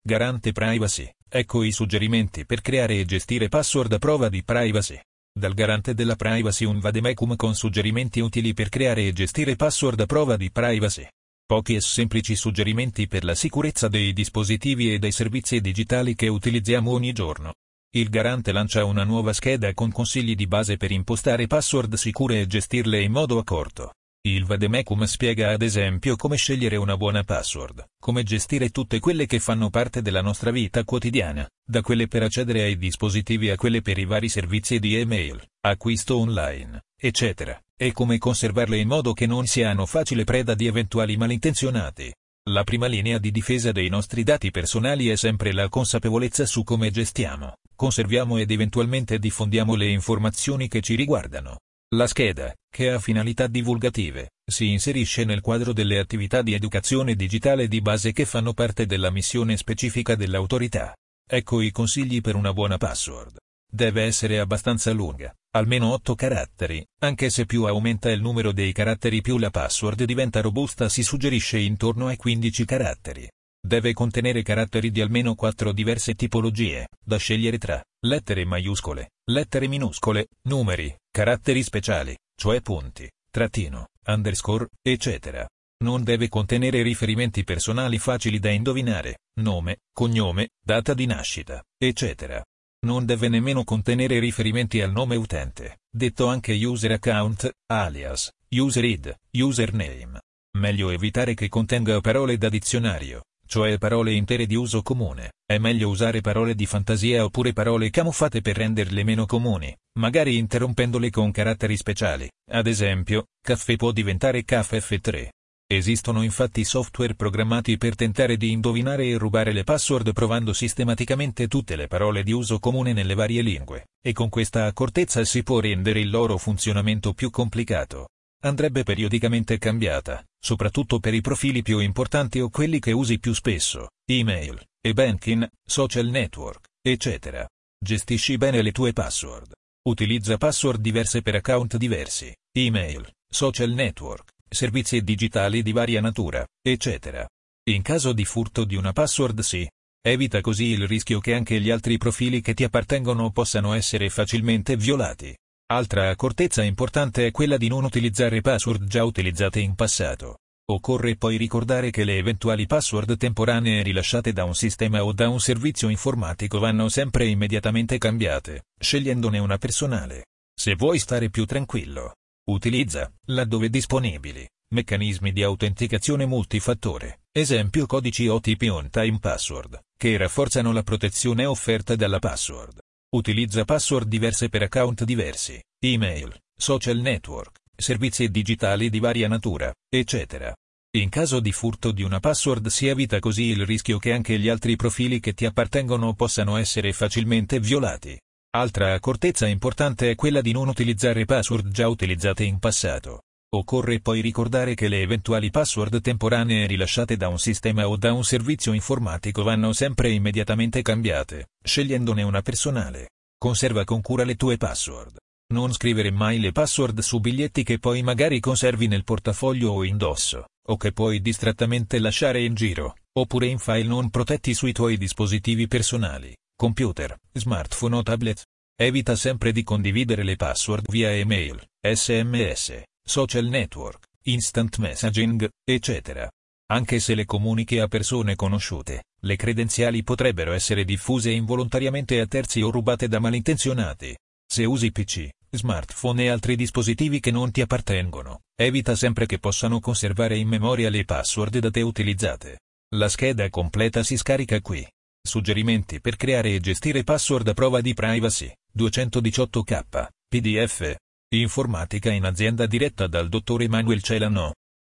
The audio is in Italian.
Garante Privacy. Ecco i suggerimenti per creare e gestire password a prova di privacy. Dal garante della privacy un vademecum con suggerimenti utili per creare e gestire password a prova di privacy. Pochi e semplici suggerimenti per la sicurezza dei dispositivi e dei servizi digitali che utilizziamo ogni giorno. Il garante lancia una nuova scheda con consigli di base per impostare password sicure e gestirle in modo accorto. Il vademecum spiega ad esempio come scegliere una buona password, come gestire tutte quelle che fanno parte della nostra vita quotidiana, da quelle per accedere ai dispositivi a quelle per i vari servizi di email, acquisto online, eccetera, e come conservarle in modo che non siano facile preda di eventuali malintenzionati. La prima linea di difesa dei nostri dati personali è sempre la consapevolezza su come gestiamo, conserviamo ed eventualmente diffondiamo le informazioni che ci riguardano. La scheda, che ha finalità divulgative, si inserisce nel quadro delle attività di educazione digitale di base che fanno parte della missione specifica dell'autorità. Ecco i consigli per una buona password. Deve essere abbastanza lunga, almeno 8 caratteri, anche se più aumenta il numero dei caratteri più la password diventa robusta, si suggerisce intorno ai 15 caratteri. Deve contenere caratteri di almeno 4 diverse tipologie, da scegliere tra lettere maiuscole, lettere minuscole, numeri, caratteri speciali, cioè punti, trattino, underscore, eccetera. Non deve contenere riferimenti personali facili da indovinare, nome, cognome, data di nascita, eccetera. Non deve nemmeno contenere riferimenti al nome utente, detto anche user account, alias, user id, username. Meglio evitare che contenga parole da dizionario, cioè parole intere di uso comune. È meglio usare parole di fantasia oppure parole camuffate per renderle meno comuni, magari interrompendole con caratteri speciali. Ad esempio, caffè può diventare KFF3. Esistono infatti software programmati per tentare di indovinare e rubare le password provando sistematicamente tutte le parole di uso comune nelle varie lingue, e con questa accortezza si può rendere il loro funzionamento più complicato. Andrebbe periodicamente cambiata, soprattutto per i profili più importanti o quelli che usi più spesso, email, e-banking, social network, eccetera. Gestisci bene le tue password. Utilizza password diverse per account diversi, email, social network, servizi digitali di varia natura, eccetera. In caso di furto di una password evita così il rischio che anche gli altri profili che ti appartengono possano essere facilmente violati. Altra accortezza importante è quella di non utilizzare password già utilizzate in passato. Occorre poi ricordare che le eventuali password temporanee rilasciate da un sistema o da un servizio informatico vanno sempre immediatamente cambiate, scegliendone una personale. Se vuoi stare più tranquillo, utilizza, laddove disponibili, meccanismi di autenticazione multifattore, esempio codici OTP on-time password, che rafforzano la protezione offerta dalla password. Utilizza password diverse per account diversi, email, social network, servizi digitali di varia natura, eccetera. In caso di furto di una password si evita così il rischio che anche gli altri profili che ti appartengono possano essere facilmente violati. Altra accortezza importante è quella di non utilizzare password già utilizzate in passato. Occorre poi ricordare che le eventuali password temporanee rilasciate da un sistema o da un servizio informatico vanno sempre immediatamente cambiate, scegliendone una personale. Conserva con cura le tue password. Non scrivere mai le password su biglietti che poi magari conservi nel portafoglio o indosso, o che puoi distrattamente lasciare in giro, oppure in file non protetti sui tuoi dispositivi personali, computer, smartphone o tablet. Evita sempre di condividere le password via email, SMS, social network, instant messaging, eccetera. Anche se le comunichi a persone conosciute, le credenziali potrebbero essere diffuse involontariamente a terzi o rubate da malintenzionati. Se usi PC, smartphone e altri dispositivi che non ti appartengono, evita sempre che possano conservare in memoria le password da te utilizzate. La scheda completa si scarica qui. Suggerimenti per creare e gestire password a prova di privacy, 218K, PDF. Informatica in azienda diretta dal dottor Emanuel Celano.